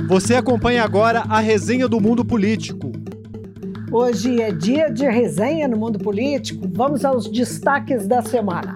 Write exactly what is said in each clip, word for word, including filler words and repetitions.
Você acompanha agora a resenha do Mundo Político. Hoje é dia de resenha no Mundo Político. Vamos aos destaques da semana.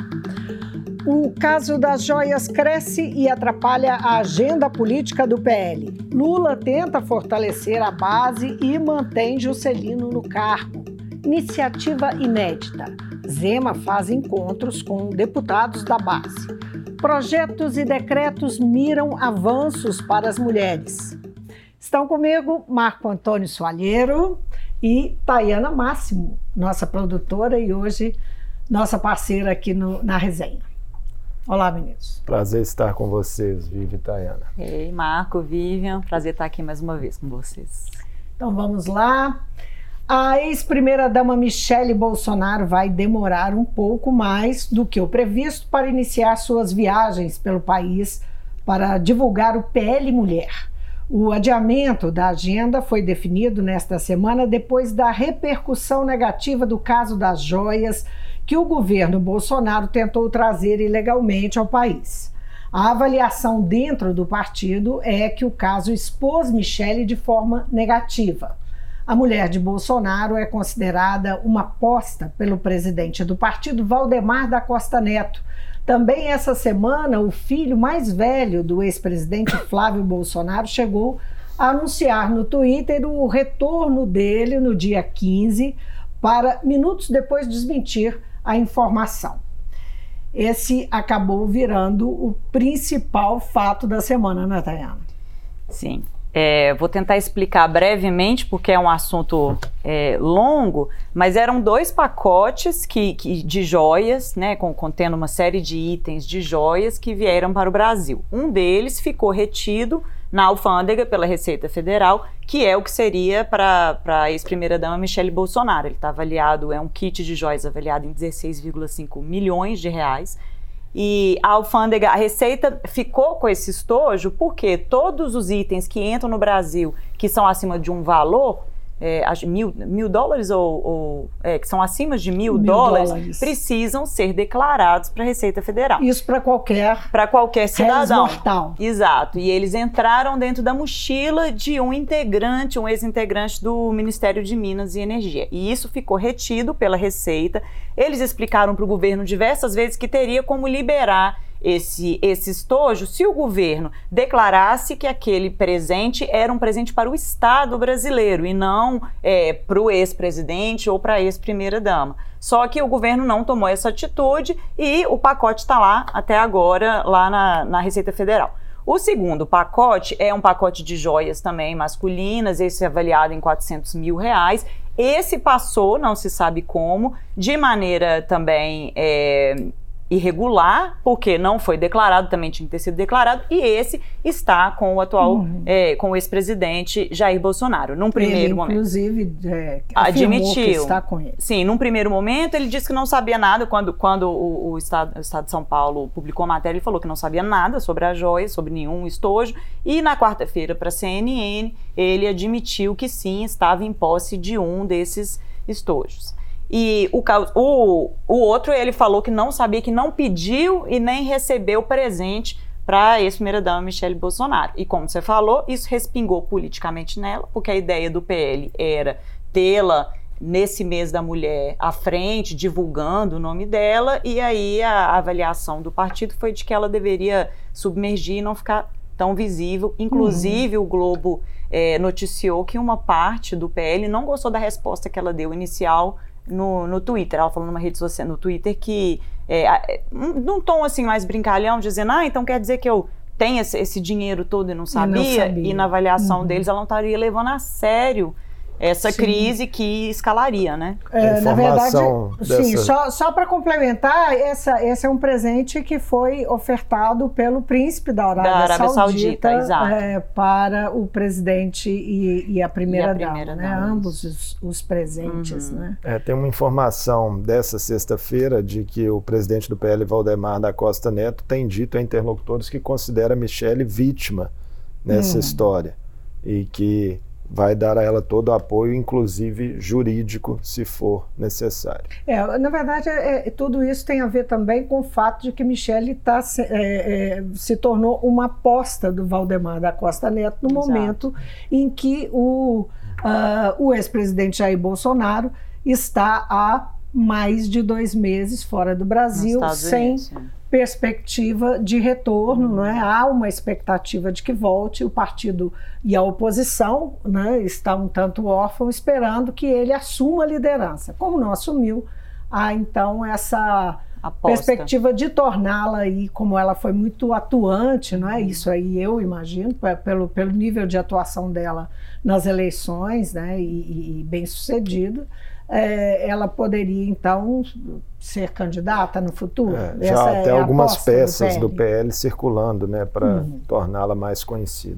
O caso das joias cresce e atrapalha a agenda política do P L. Lula tenta fortalecer a base e mantém Juscelino no cargo. Iniciativa inédita. Zema faz encontros com deputados da base. Projetos e decretos miram avanços para as mulheres. Estão comigo Marco Antônio Soalheiro e Tayana Máximo, nossa produtora e hoje nossa parceira aqui no, na resenha. Olá, meninos. Prazer estar com vocês, Vivi e Tayana. Ei, Marco, Vivian, prazer estar aqui mais uma vez com vocês. Então vamos lá. A ex-primeira-dama Michele Bolsonaro vai demorar um pouco mais do que o previsto para iniciar suas viagens pelo país para divulgar o P L Mulher. O adiamento da agenda foi definido nesta semana depois da repercussão negativa do caso das joias que o governo Bolsonaro tentou trazer ilegalmente ao país. A avaliação dentro do partido é que o caso expôs Michele de forma negativa. A mulher de Bolsonaro é considerada uma aposta pelo presidente do partido, Valdemar da Costa Neto. Também essa semana, o filho mais velho do ex-presidente Flávio Bolsonaro chegou a anunciar no Twitter o retorno dele no dia quinze, para minutos depois desmentir a informação. Esse acabou virando o principal fato da semana, né, Tayana? Sim. É, vou tentar explicar brevemente, porque é um assunto é, longo, mas eram dois pacotes que, que, de joias, né, com, contendo uma série de itens de joias que vieram para o Brasil. Um deles ficou retido na alfândega pela Receita Federal, que é o que seria para a ex-primeira-dama Michele Bolsonaro. Ele está avaliado, é um kit de joias avaliado em dezesseis vírgula cinco milhões de reais. E a alfândega, a Receita ficou com esse estojo porque todos os itens que entram no Brasil que são acima de um valor, é, mil, mil dólares ou, ou é, que são acima de mil, mil dólares, dólares, precisam ser declarados para a Receita Federal. Isso para qualquer para qualquer cidadão. Mortal. Exato. E eles entraram dentro da mochila de um integrante, um ex-integrante do Ministério de Minas e Energia. E isso ficou retido pela Receita. Eles explicaram para o governo diversas vezes que teria como liberar esse, esse estojo se o governo declarasse que aquele presente era um presente para o Estado brasileiro e não é, para o ex-presidente ou para a ex-primeira-dama. Só que o governo não tomou essa atitude e o pacote está lá até agora, lá na, na Receita Federal. O segundo pacote é um pacote de joias também masculinas, esse é avaliado em quatrocentos mil reais. Esse passou, não se sabe como, de maneira também é, irregular, porque não foi declarado, também tinha que ter sido declarado, e esse está com o atual, uhum. é, com o ex-presidente Jair Bolsonaro. Num primeiro ele, momento. Inclusive, é, admitiu que está com ele. Sim, num primeiro momento ele disse que não sabia nada, quando, quando o, o, Estado, o Estado de São Paulo publicou a matéria, ele falou que não sabia nada sobre a joia, sobre nenhum estojo, e na quarta-feira, para a C N N, ele admitiu que sim, estava em posse de um desses estojos. E o, o, o outro, ele falou que não sabia, que não pediu e nem recebeu presente para a ex-primeira-dama Michele Bolsonaro. E como você falou, isso respingou politicamente nela, porque a ideia do P L era tê-la nesse mês da mulher à frente, divulgando o nome dela, e aí a avaliação do partido foi de que ela deveria submergir e não ficar tão visível. Inclusive, uhum. o Globo é, noticiou que uma parte do P L não gostou da resposta que ela deu inicial No, no Twitter. Ela falou numa rede social, no Twitter, que é, num tom assim mais brincalhão, dizendo, ah, então quer dizer que eu tenho esse, esse dinheiro todo e não sabia, não sabia. E na avaliação uhum. deles ela não estaria levando a sério essa sim. crise que escalaria, né? É, na verdade, dessa... sim, só, só para complementar, essa, esse é um presente que foi ofertado pelo príncipe da Arábia, da Arábia Saudita, Saudita é, para o presidente e, e a primeira-dama, primeira né? Ambos os, os presentes. Uhum. Né? É, tem uma informação dessa sexta-feira de que o presidente do P L, Valdemar da Costa Neto, tem dito a interlocutores que considera Michele vítima nessa uhum. história e que vai dar a ela todo o apoio, inclusive jurídico, se for necessário. É, na verdade, é, é, tudo isso tem a ver também com o fato de que Michele tá, se, é, é, se tornou uma aposta do Valdemar da Costa Neto no Exato. momento em que o, uh, o ex-presidente Jair Bolsonaro está há mais de dois meses fora do Brasil, sem Unidos, perspectiva de retorno, uhum. né? Há uma expectativa de que volte, o partido e a oposição, né, está um tanto órfão, esperando que ele assuma a liderança. Como não assumiu, há então essa Aposta. perspectiva de torná-la aí, como ela foi muito atuante, não é? Uhum. Isso aí eu imagino, pelo, pelo nível de atuação dela nas eleições, né, e, e bem sucedida. É, ela poderia, então, ser candidata no futuro? É, já Essa até é algumas peças do P, do P L circulando, né, para uhum. torná-la mais conhecida.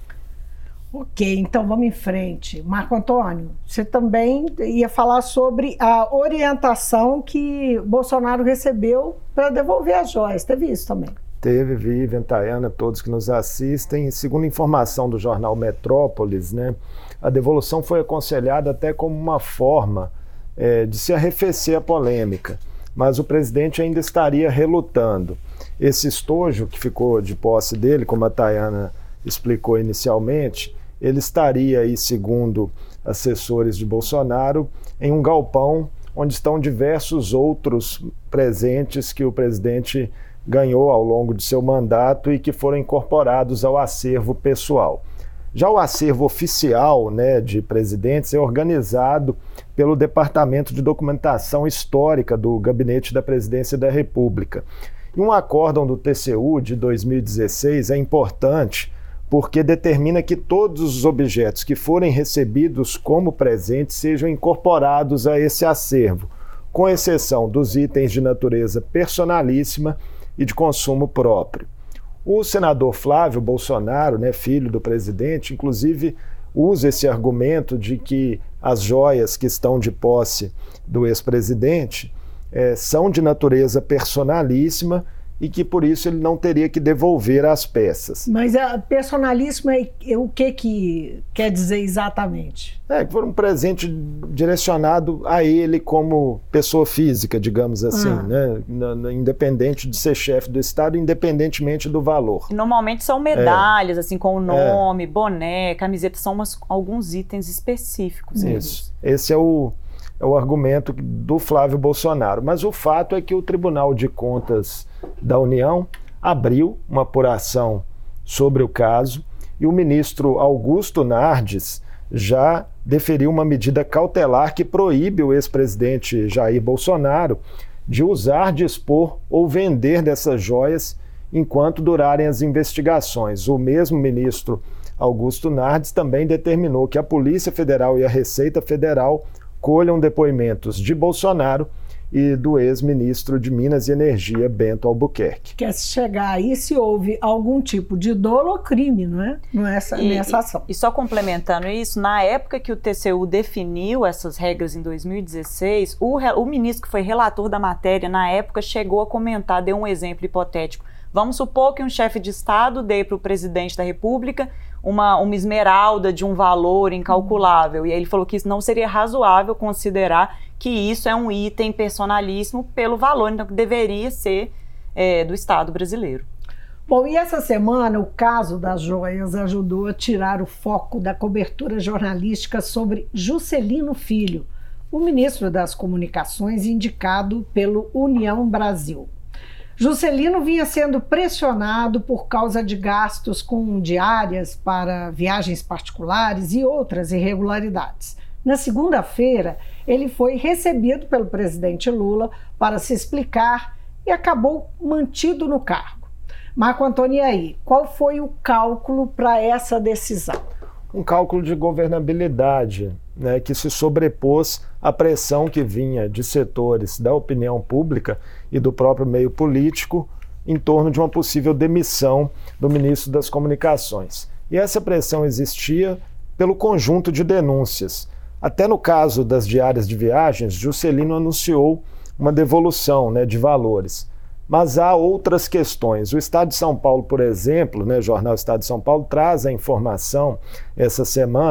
Ok, então vamos em frente. Marco Antônio, você também ia falar sobre a orientação que Bolsonaro recebeu para devolver as joias. Teve isso também? Teve, Vivian, Tayana, todos que nos assistem. Segundo informação do jornal Metrópolis, né, a devolução foi aconselhada até como uma forma é, de se arrefecer a polêmica, mas o presidente ainda estaria relutando. Esse estojo que ficou de posse dele, como a Tayana explicou inicialmente, ele estaria aí, segundo assessores de Bolsonaro, em um galpão onde estão diversos outros presentes que o presidente ganhou ao longo de seu mandato e que foram incorporados ao acervo pessoal. Já o acervo oficial, né, de presidentes é organizado pelo Departamento de Documentação Histórica do Gabinete da Presidência da República. E um acórdão do T C U de dois mil e dezesseis é importante porque determina que todos os objetos que forem recebidos como presentes sejam incorporados a esse acervo, com exceção dos itens de natureza personalíssima e de consumo próprio. O senador Flávio Bolsonaro, né, filho do presidente, inclusive usa esse argumento de que as joias que estão de posse do ex-presidente é, são de natureza personalíssima e que por isso ele não teria que devolver as peças. Mas a personalíssima é, é o que, que quer dizer exatamente? É, que foi um presente direcionado a ele como pessoa física, digamos assim, ah. né? Na, na, independente de ser chefe do Estado, independentemente do valor. Normalmente são medalhas, é. assim, com o nome, é. boné, camiseta, são umas, alguns itens específicos. Isso. Esse é o, é o argumento do Flávio Bolsonaro. Mas o fato é que o Tribunal de Contas da União abriu uma apuração sobre o caso e o ministro Augusto Nardes já deferiu uma medida cautelar que proíbe o ex-presidente Jair Bolsonaro de usar, dispor ou vender dessas joias enquanto durarem as investigações. O mesmo ministro Augusto Nardes também determinou que a Polícia Federal e a Receita Federal colham depoimentos de Bolsonaro e do ex-ministro de Minas e Energia, Bento Albuquerque. Quer chegar aí se houve algum tipo de dolo ou crime, não é? Nessa, e, nessa ação. E, e só complementando isso, na época que o T C U definiu essas regras em dois mil e dezesseis, o, o ministro que foi relator da matéria, na época, chegou a comentar, deu um exemplo hipotético. Vamos supor que um chefe de Estado dê para o presidente da República uma, uma esmeralda de um valor incalculável. E aí ele falou que isso não seria razoável considerar que isso é um item personalíssimo pelo valor, então que deveria ser é, do Estado brasileiro. Bom, e essa semana o caso das joias ajudou a tirar o foco da cobertura jornalística sobre Juscelino Filho, o ministro das Comunicações indicado pelo União Brasil. Juscelino vinha sendo pressionado por causa de gastos com diárias para viagens particulares e outras irregularidades. Na segunda-feira, ele foi recebido pelo presidente Lula para se explicar e acabou mantido no cargo. Marco Antônio, e aí, qual foi o cálculo para essa decisão? Um cálculo de governabilidade, né, que se sobrepôs à pressão que vinha de setores da opinião pública e do próprio meio político em torno de uma possível demissão do ministro das Comunicações. E essa pressão existia pelo conjunto de denúncias. Até no caso das diárias de viagens, Juscelino anunciou uma devolução, né, de valores. Mas há outras questões. O Estado de São Paulo, por exemplo, né, o jornal Estado de São Paulo traz a informação essa semana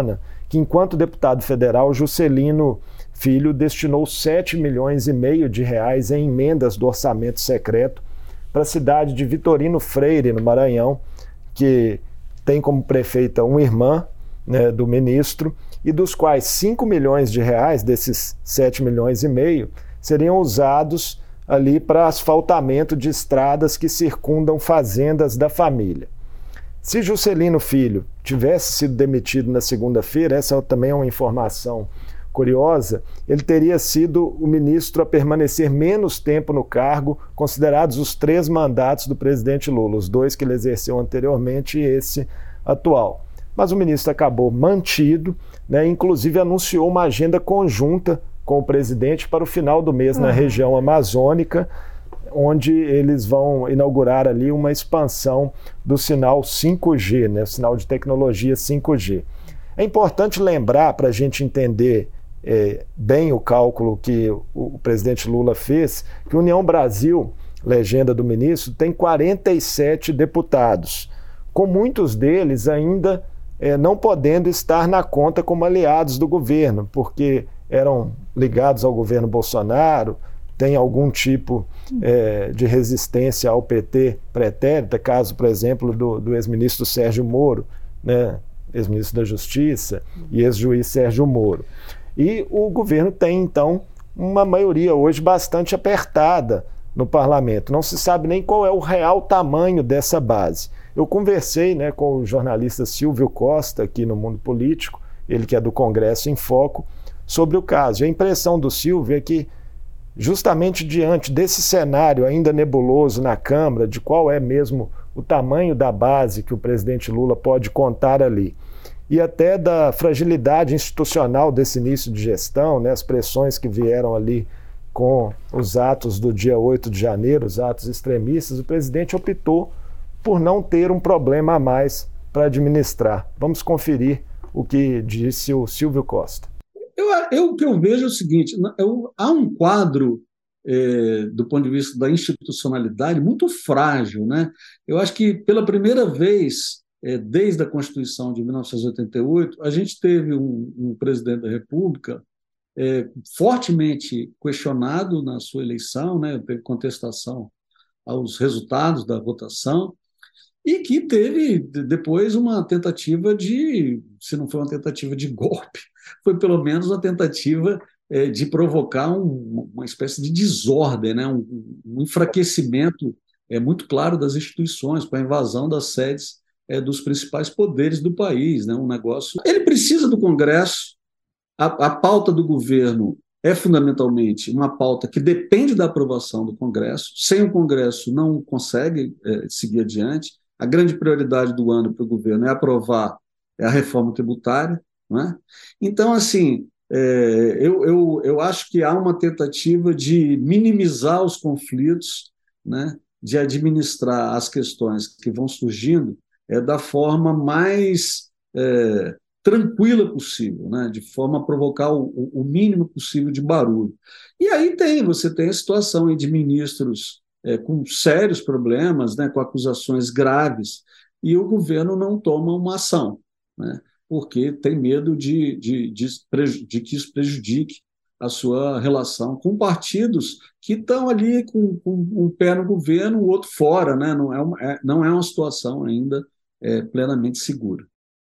que enquanto deputado federal, Juscelino Filho destinou sete milhões e meio de reais em emendas do orçamento secreto para a cidade de Vitorino Freire, no Maranhão, que tem como prefeita uma irmã, né, do ministro, e dos quais cinco milhões de reais, desses sete milhões e meio, seriam usados ali para asfaltamento de estradas que circundam fazendas da família. Se Juscelino Filho tivesse sido demitido na segunda-feira, essa também é uma informação curiosa, ele teria sido o ministro a permanecer menos tempo no cargo, considerados os três mandatos do presidente Lula, os dois que ele exerceu anteriormente e esse atual. Mas o ministro acabou mantido, né, inclusive anunciou uma agenda conjunta com o presidente para o final do mês na região amazônica, onde eles vão inaugurar ali uma expansão do sinal cinco G, né, o sinal de tecnologia cinco G. É importante lembrar, para a gente entender é, bem o cálculo que o, o presidente Lula fez, que a União Brasil, legenda do ministro, tem quarenta e sete deputados, com muitos deles ainda é, não podendo estar na conta como aliados do governo, porque eram ligados ao governo Bolsonaro, tem algum tipo é, de resistência ao P T pretérita, caso, por exemplo, do, do ex-ministro Sérgio Moro, né, ex-ministro da Justiça e ex-juiz Sérgio Moro. E o governo tem, então, uma maioria hoje bastante apertada no parlamento. Não se sabe nem qual é o real tamanho dessa base. Eu conversei, né, com o jornalista Silvio Costa, aqui no Mundo Político, ele que é do Congresso em Foco, sobre o caso. E a impressão do Silvio é que, justamente diante desse cenário ainda nebuloso na Câmara, de qual é mesmo o tamanho da base que o presidente Lula pode contar ali, e até da fragilidade institucional desse início de gestão, né, as pressões que vieram ali com os atos do dia oito de janeiro, os atos extremistas, o presidente optou por não ter um problema a mais para administrar. Vamos conferir o que disse o Silvio Costa. Eu, eu, o que eu vejo é o seguinte, eu, há um quadro, é, do ponto de vista da institucionalidade, muito frágil, né? Eu acho que, pela primeira vez, é, desde a Constituição de mil novecentos e oitenta e oito, a gente teve um, um presidente da República é, fortemente questionado na sua eleição, né? Teve contestação aos resultados da votação, e que teve depois uma tentativa de, se não foi uma tentativa de golpe, foi pelo menos uma tentativa é, de provocar um, uma espécie de desordem, né? um, um enfraquecimento é, muito claro das instituições, com a invasão das sedes é, dos principais poderes do país. Né? Um negócio. Ele precisa do Congresso, a, a pauta do governo é fundamentalmente uma pauta que depende da aprovação do Congresso, sem o Congresso não consegue é, seguir adiante. A grande prioridade do ano para o governo é aprovar a reforma tributária. Não é? Então, assim, é, eu, eu, eu acho que há uma tentativa de minimizar os conflitos, né, de administrar as questões que vão surgindo é, da forma mais é, tranquila possível, né, de forma a provocar o, o mínimo possível de barulho. E aí tem, você tem a situação aí de ministros é, com sérios problemas, né, com acusações graves, e o governo não toma uma ação, né, porque tem medo de, de, de, de que isso prejudique a sua relação com partidos que estão ali com, com um pé no governo, o outro fora, né? Não é uma, é, não é uma situação ainda é, plenamente segura.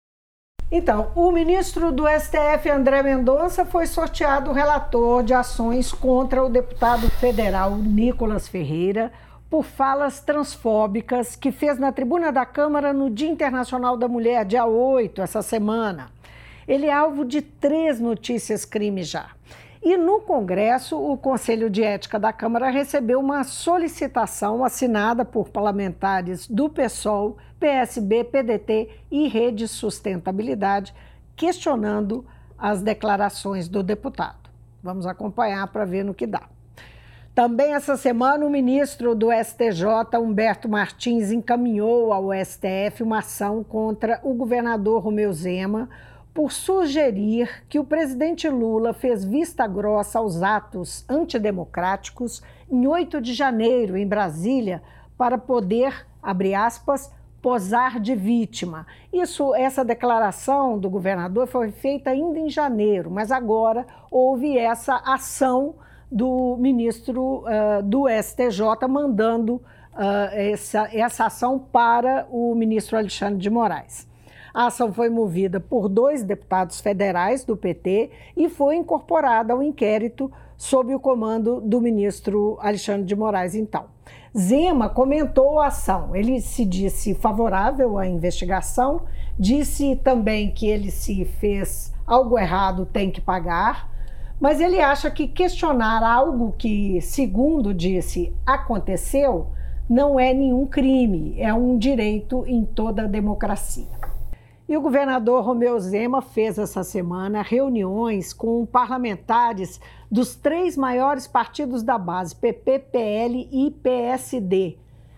Então, o ministro do S T F, André Mendonça, foi sorteado relator de ações contra o deputado federal Nicolas Ferreira por falas transfóbicas que fez na tribuna da Câmara no Dia Internacional da Mulher, dia oito, essa semana. Ele é alvo de três notícias crime já. E no Congresso, o Conselho de Ética da Câmara recebeu uma solicitação assinada por parlamentares do PSOL, P S B, P D T e Rede Sustentabilidade, questionando as declarações do deputado. Vamos acompanhar para ver no que dá. Também essa semana, o ministro do S T J, Humberto Martins, encaminhou ao S T F uma ação contra o governador Romeu Zema por sugerir que o presidente Lula fez vista grossa aos atos antidemocráticos em oito de janeiro, em Brasília, para poder, abre aspas, posar de vítima. Isso, essa declaração do governador foi feita ainda em janeiro, mas agora houve essa ação do ministro uh, do S T J mandando uh, essa, essa ação para o ministro Alexandre de Moraes. A ação foi movida por dois deputados federais do P T e foi incorporada ao inquérito sob o comando do ministro Alexandre de Moraes, então. Zema comentou a ação. Ele se disse favorável à investigação, disse também que ele, se fez algo errado, tem que pagar, mas ele acha que questionar algo que, segundo disse, aconteceu, não é nenhum crime, é um direito em toda a democracia. E o governador Romeu Zema fez essa semana reuniões com parlamentares dos três maiores partidos da base, P P, P L e P S D.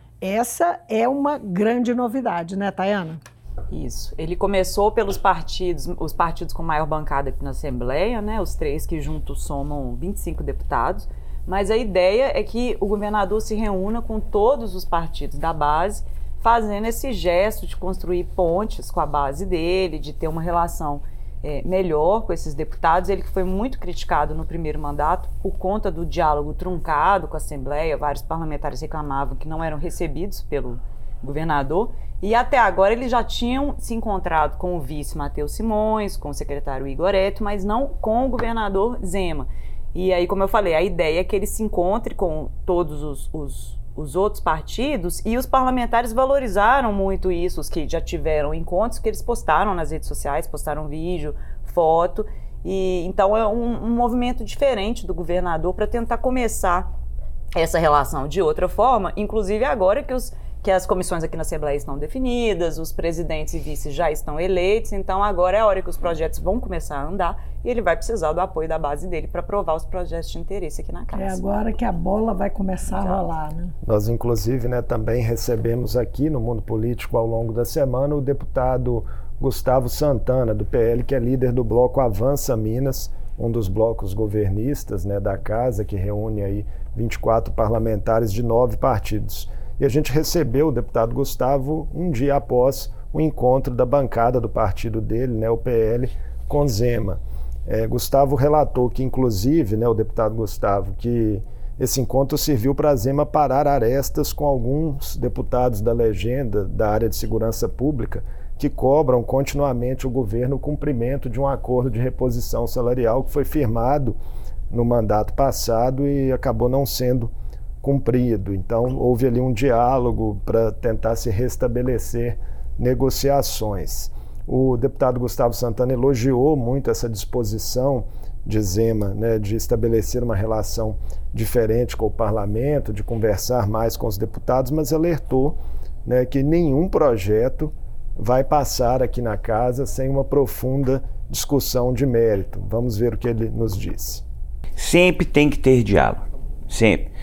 Essa é uma grande novidade, né, Tayana? Isso. Ele começou pelos partidos, os partidos com maior bancada aqui na Assembleia, né, os três que juntos somam vinte e cinco deputados, mas a ideia é que o governador se reúna com todos os partidos da base, fazendo esse gesto de construir pontes com a base dele, de ter uma relação é, melhor com esses deputados. Ele que foi muito criticado no primeiro mandato por conta do diálogo truncado com a Assembleia, vários parlamentares reclamavam que não eram recebidos pelo governador, e até agora eles já tinham se encontrado com o vice Matheus Simões, com o secretário Igor Eto, mas não com o governador Zema. E aí, como eu falei, a ideia é que ele se encontre com todos os, os os outros partidos, e os parlamentares valorizaram muito isso, os que já tiveram encontros, que eles postaram nas redes sociais, postaram vídeo, foto, e então é um, um movimento diferente do governador para tentar começar essa relação de outra forma, inclusive agora que, os, que as comissões aqui na Assembleia estão definidas, os presidentes e vices já estão eleitos, então agora é a hora que os projetos vão começar a andar, e ele vai precisar do apoio da base dele para aprovar os projetos de interesse aqui na casa. É agora que a bola vai começar Exato. a rolar, né? Nós, inclusive, né, também recebemos aqui no Mundo Político, ao longo da semana, o deputado Gustavo Santana, do P L, que é líder do bloco Avança Minas, um dos blocos governistas, né, da casa, que reúne aí vinte e quatro parlamentares de nove partidos. E a gente recebeu o deputado Gustavo um dia após o encontro da bancada do partido dele, né, o P L, com Zema. É, Gustavo relatou que, inclusive, né, o deputado Gustavo, que esse encontro serviu para Zema parar arestas com alguns deputados da legenda da área de segurança pública que cobram continuamente o governo o cumprimento de um acordo de reposição salarial que foi firmado no mandato passado e acabou não sendo cumprido. Então, houve ali um diálogo para tentar se restabelecer negociações. O deputado Gustavo Santana elogiou muito essa disposição de Zema, né, de estabelecer uma relação diferente com o parlamento, de conversar mais com os deputados, mas alertou, né, que nenhum projeto vai passar aqui na casa sem uma profunda discussão de mérito. Vamos ver o que ele nos disse. Sempre tem que ter diálogo, sempre,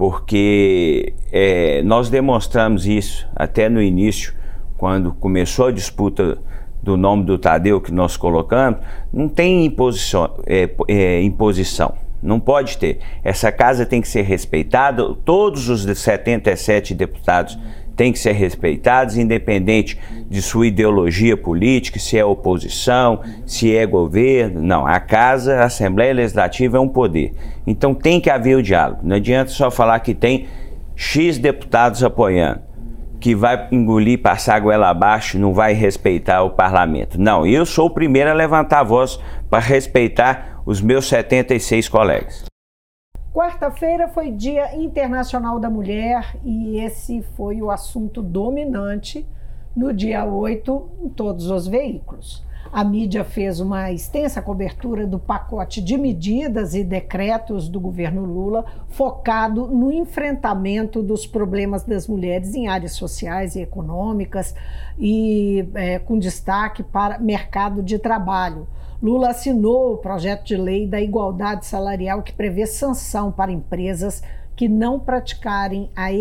porque é, nós demonstramos isso até no início, quando começou a disputa do nome do Tadeu que nós colocamos, não tem imposição, é, é, imposição, não pode ter. Essa casa tem que ser respeitada, todos os setenta e sete deputados têm que ser respeitados, independente de sua ideologia política, se é oposição, se é governo. Não, a casa, a Assembleia Legislativa é um poder. Então tem que haver o diálogo. Não adianta só falar que tem X deputados apoiando, que vai engolir, passar a goela abaixo, não vai respeitar o parlamento. Não, eu sou o primeiro a levantar a voz para respeitar os meus setenta e seis colegas. Quarta-feira foi Dia Internacional da Mulher e esse foi o assunto dominante no dia oito em todos os veículos. A mídia fez uma extensa cobertura do pacote de medidas e decretos do governo Lula focado no enfrentamento dos problemas das mulheres em áreas sociais e econômicas e é, com destaque para mercado de trabalho. Lula assinou o projeto de lei da igualdade salarial que prevê sanção para empresas que não praticarem a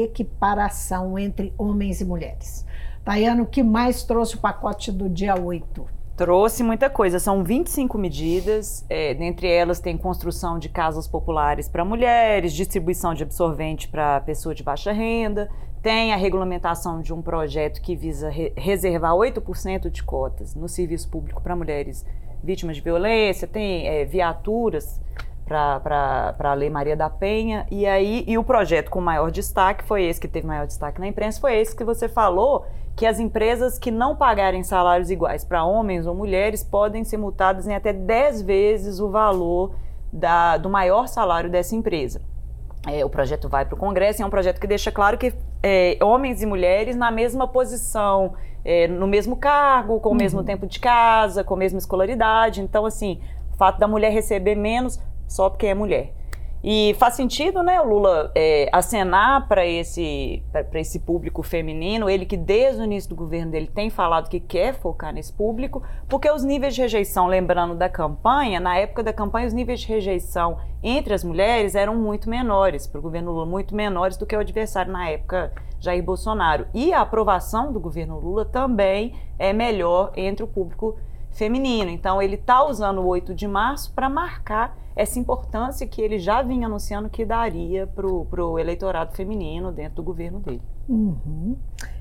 equiparação entre homens e mulheres. Tayana, o que mais trouxe o pacote do dia oito? Trouxe muita coisa, são vinte e cinco medidas, é, dentre elas tem construção de casas populares para mulheres, distribuição de absorvente para pessoa de baixa renda, tem a regulamentação de um projeto que visa re reservar oito por cento de cotas no serviço público para mulheres vítimas de violência, tem é, viaturas para a Lei Maria da Penha, e aí e o projeto com maior destaque foi esse que teve maior destaque na imprensa, foi esse que você falou, que as empresas que não pagarem salários iguais para homens ou mulheres podem ser multadas em até dez vezes o valor da, do maior salário dessa empresa. É, o projeto vai para o Congresso e é um projeto que deixa claro que é, homens e mulheres na mesma posição, é, no mesmo cargo, com o mesmo uhum. tempo de casa, com a mesma escolaridade. Então, assim, o fato da mulher receber menos só porque é mulher. E faz sentido, né, o Lula é, acenar para esse, para esse público feminino, ele que desde o início do governo dele tem falado que quer focar nesse público, porque os níveis de rejeição, lembrando da campanha, na época da campanha os níveis de rejeição entre as mulheres eram muito menores, para o governo Lula, muito menores do que o adversário na época, Jair Bolsonaro. E a aprovação do governo Lula também é melhor entre o público feminino. Então ele está usando o oito de março para marcar essa importância que ele já vinha anunciando que daria para o eleitorado feminino dentro do governo dele. Uhum.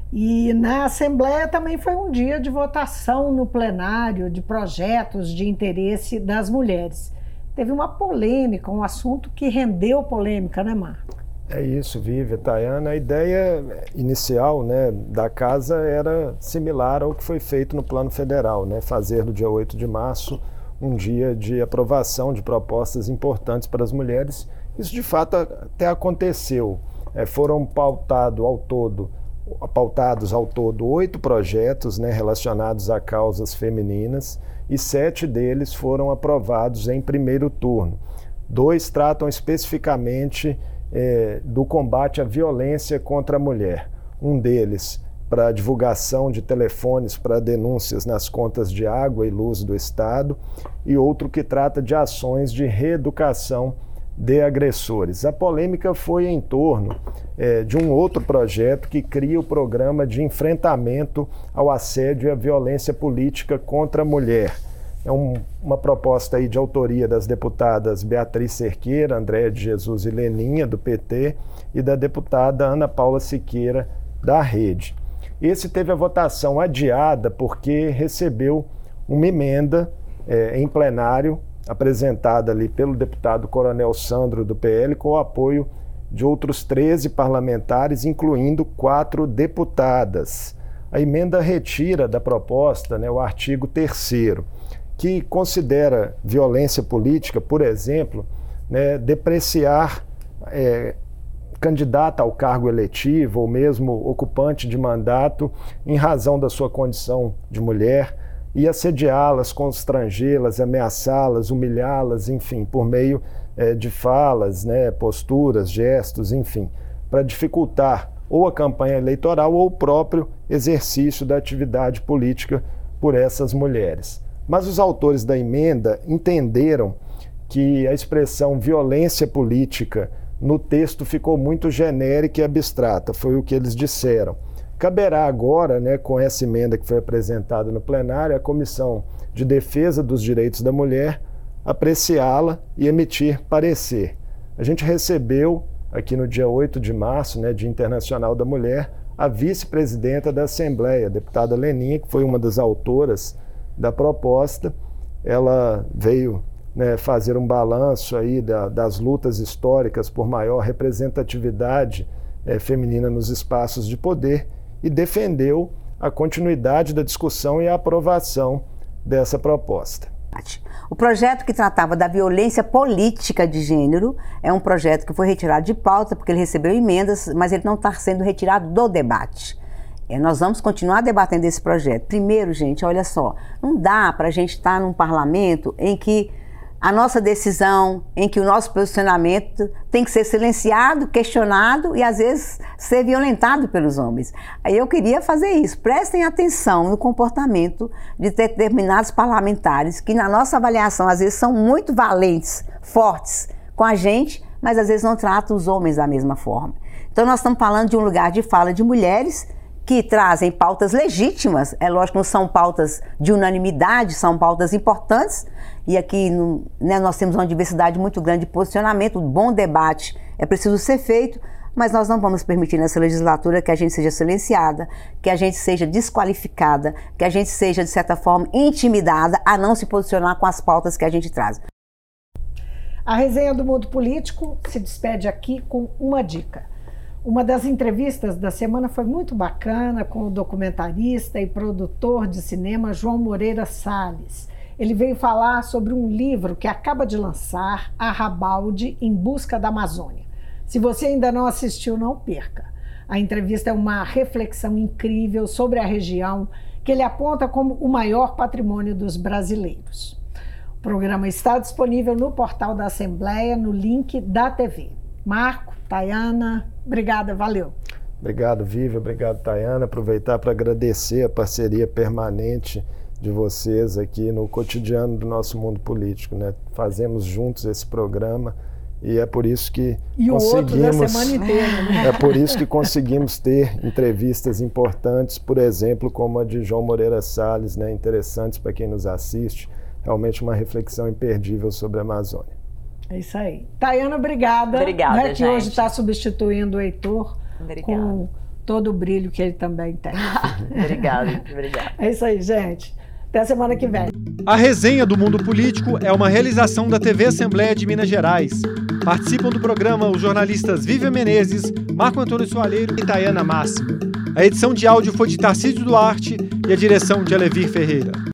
E na Assembleia também foi um dia de votação no plenário de projetos de interesse das mulheres. Teve uma polêmica, um assunto que rendeu polêmica, né, Marco? É isso, Vivi, Tayana. A ideia inicial, né, da casa era similar ao que foi feito no plano federal, né, fazer no dia oito de março um dia de aprovação de propostas importantes para as mulheres. Isso de fato até aconteceu. É, foram pautado ao todo, pautados ao todo oito projetos, né, relacionados a causas femininas, e sete deles foram aprovados em primeiro turno. Dois tratam especificamente é, do combate à violência contra a mulher. Um deles para divulgação de telefones para denúncias nas contas de água e luz do Estado, e outro que trata de ações de reeducação de agressores. A polêmica foi em torno é, de um outro projeto que cria o programa de enfrentamento ao assédio e à violência política contra a mulher. É um, uma proposta aí de autoria das deputadas Beatriz Cerqueira, Andréa de Jesus e Leninha, do P T, e da deputada Ana Paula Siqueira, da Rede. Esse teve a votação adiada porque recebeu uma emenda é, em plenário, apresentada ali pelo deputado Coronel Sandro, do P L, com o apoio de outros treze parlamentares, incluindo quatro deputadas. A emenda retira da proposta, né, o artigo terceiro, que considera violência política, por exemplo, né, depreciar é, candidata ao cargo eletivo ou mesmo ocupante de mandato em razão da sua condição de mulher e assediá-las, constrangê-las, ameaçá-las, humilhá-las, enfim, por meio é, de falas, né, posturas, gestos, enfim, para dificultar ou a campanha eleitoral ou o próprio exercício da atividade política por essas mulheres. Mas os autores da emenda entenderam que a expressão violência política no texto ficou muito genérica e abstrata, foi o que eles disseram. Caberá agora, né, com essa emenda que foi apresentada no plenário, a Comissão de Defesa dos Direitos da Mulher apreciá-la e emitir parecer. A gente recebeu, aqui no dia oito de março, né, Dia Internacional da Mulher, a vice-presidenta da Assembleia, a deputada Leninha, que foi uma das autoras da proposta. Ela veio né, fazer um balanço aí da, das lutas históricas por maior representatividade é, feminina nos espaços de poder e defendeu a continuidade da discussão e a aprovação dessa proposta. O projeto que tratava da violência política de gênero é um projeto que foi retirado de pauta porque ele recebeu emendas, mas ele não está sendo retirado do debate. É, nós vamos continuar debatendo esse projeto. Primeiro, gente, olha só, não dá para a gente estar num parlamento em que a nossa decisão, em que o nosso posicionamento tem que ser silenciado, questionado e, às vezes, ser violentado pelos homens. Aí eu queria fazer isso. Prestem atenção no comportamento de determinados parlamentares que, na nossa avaliação, às vezes são muito valentes, fortes com a gente, mas, às vezes, não tratam os homens da mesma forma. Então, nós estamos falando de um lugar de fala de mulheres que trazem pautas legítimas, é lógico que não são pautas de unanimidade, são pautas importantes, e aqui no, né, nós temos uma diversidade muito grande de posicionamento, um bom debate é preciso ser feito, mas nós não vamos permitir nessa legislatura que a gente seja silenciada, que a gente seja desqualificada, que a gente seja, de certa forma, intimidada a não se posicionar com as pautas que a gente traz. A resenha do Mundo Político se despede aqui com uma dica. Uma das entrevistas da semana foi muito bacana com o documentarista e produtor de cinema João Moreira Salles. Ele veio falar sobre um livro que acaba de lançar, Arrabalde, Em Busca da Amazônia. Se você ainda não assistiu, não perca. A entrevista é uma reflexão incrível sobre a região que ele aponta como o maior patrimônio dos brasileiros. O programa está disponível no portal da Assembleia, no link da T V. Marco, Tayana, obrigada, valeu. Obrigado, Vivi, obrigado, Tayana. Aproveitar para agradecer a parceria permanente de vocês aqui no cotidiano do nosso mundo político, né? Fazemos juntos esse programa e é por isso que e conseguimos... o outro da semana inteira, né? É por isso que conseguimos ter entrevistas importantes, por exemplo, como a de João Moreira Salles, né? Interessantes para quem nos assiste. Realmente uma reflexão imperdível sobre a Amazônia. É isso aí. Tayana, obrigada. Obrigada, né, que gente. hoje está substituindo o Heitor Obrigada. com todo o brilho que ele também tem. Obrigada, obrigada. É isso aí, gente. Até a semana que vem. A resenha do Mundo Político é uma realização da T V Assembleia de Minas Gerais. Participam do programa os jornalistas Vivian Menezes, Marco Antônio Soalheiro e Tayana Máximo. A edição de áudio foi de Tarcísio Duarte e a direção de Alevir Ferreira.